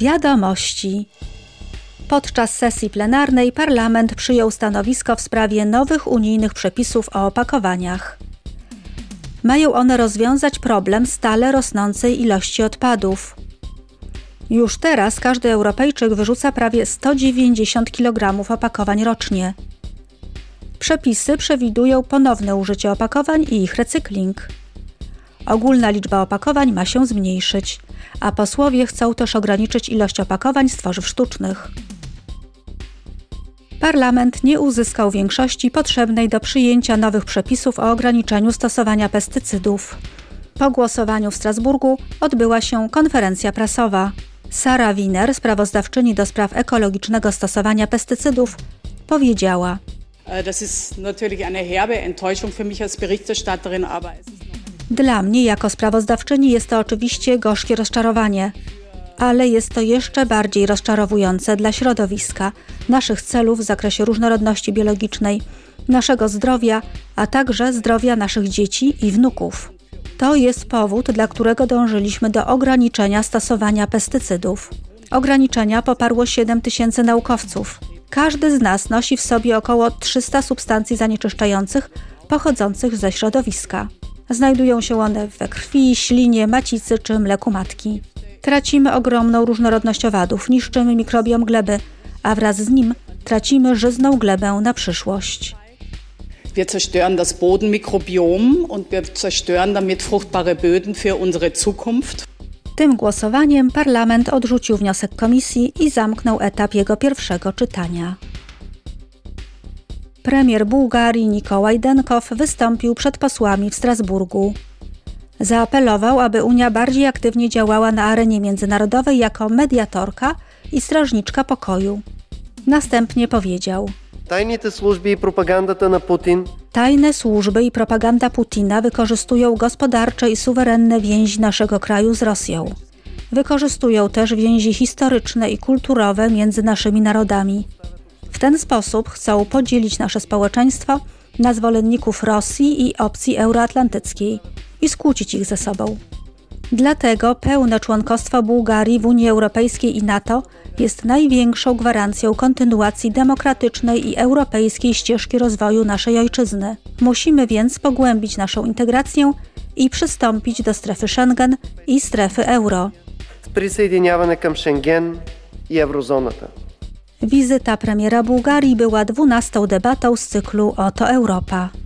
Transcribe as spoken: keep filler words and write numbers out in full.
Wiadomości. Podczas sesji plenarnej Parlament przyjął stanowisko w sprawie nowych unijnych przepisów o opakowaniach. Mają one rozwiązać problem stale rosnącej ilości odpadów. Już teraz każdy Europejczyk wyrzuca prawie sto dziewięćdziesiąt kilogramów opakowań rocznie. Przepisy przewidują ponowne użycie opakowań i ich recykling. Ogólna liczba opakowań ma się zmniejszyć, a posłowie chcą też ograniczyć ilość opakowań z tworzyw sztucznych. Parlament nie uzyskał większości potrzebnej do przyjęcia nowych przepisów o ograniczeniu stosowania pestycydów. Po głosowaniu w Strasburgu odbyła się konferencja prasowa. Sara Wiener, sprawozdawczyni do spraw ekologicznego stosowania pestycydów, powiedziała: Das ist natürlich eine herbe Enttäuschung für mich als Berichterstatterin, aber es ist Dla mnie jako sprawozdawczyni jest to oczywiście gorzkie rozczarowanie, ale jest to jeszcze bardziej rozczarowujące dla środowiska, naszych celów w zakresie różnorodności biologicznej, naszego zdrowia, a także zdrowia naszych dzieci i wnuków. To jest powód, dla którego dążyliśmy do ograniczenia stosowania pestycydów. Ograniczenia poparło siedem tysięcy naukowców. Każdy z nas nosi w sobie około trzysta substancji zanieczyszczających pochodzących ze środowiska. Znajdują się one we krwi, ślinie, macicy czy mleku matki. Tracimy ogromną różnorodność owadów, niszczymy mikrobiom gleby, a wraz z nim tracimy żyzną glebę na przyszłość. Wir zerstören das Bodenmikrobiom und wir zerstören damit fruchtbare Böden für unsere Zukunft. Tym głosowaniem Parlament odrzucił wniosek Komisji i zamknął etap jego pierwszego czytania. Premier Bułgarii Nikołaj Denkow wystąpił przed posłami w Strasburgu. Zaapelował, aby Unia bardziej aktywnie działała na arenie międzynarodowej jako mediatorka i strażniczka pokoju. Następnie powiedział: Tajните służby i propaganda na Putin. Tajne służby i propaganda Putina wykorzystują gospodarcze i suwerenne więzi naszego kraju z Rosją. Wykorzystują też więzi historyczne i kulturowe między naszymi narodami. W ten sposób chcą podzielić nasze społeczeństwo na zwolenników Rosji i opcji euroatlantyckiej i skłócić ich ze sobą. Dlatego pełne członkostwo Bułgarii w Unii Europejskiej i NATO jest największą gwarancją kontynuacji demokratycznej i europejskiej ścieżki rozwoju naszej ojczyzny. Musimy więc pogłębić naszą integrację i przystąpić do strefy Schengen i strefy euro. Присъединяване към Шенген и еврозоната. Wizyta premiera Bułgarii była dwunastą debatą z cyklu Oto Europa.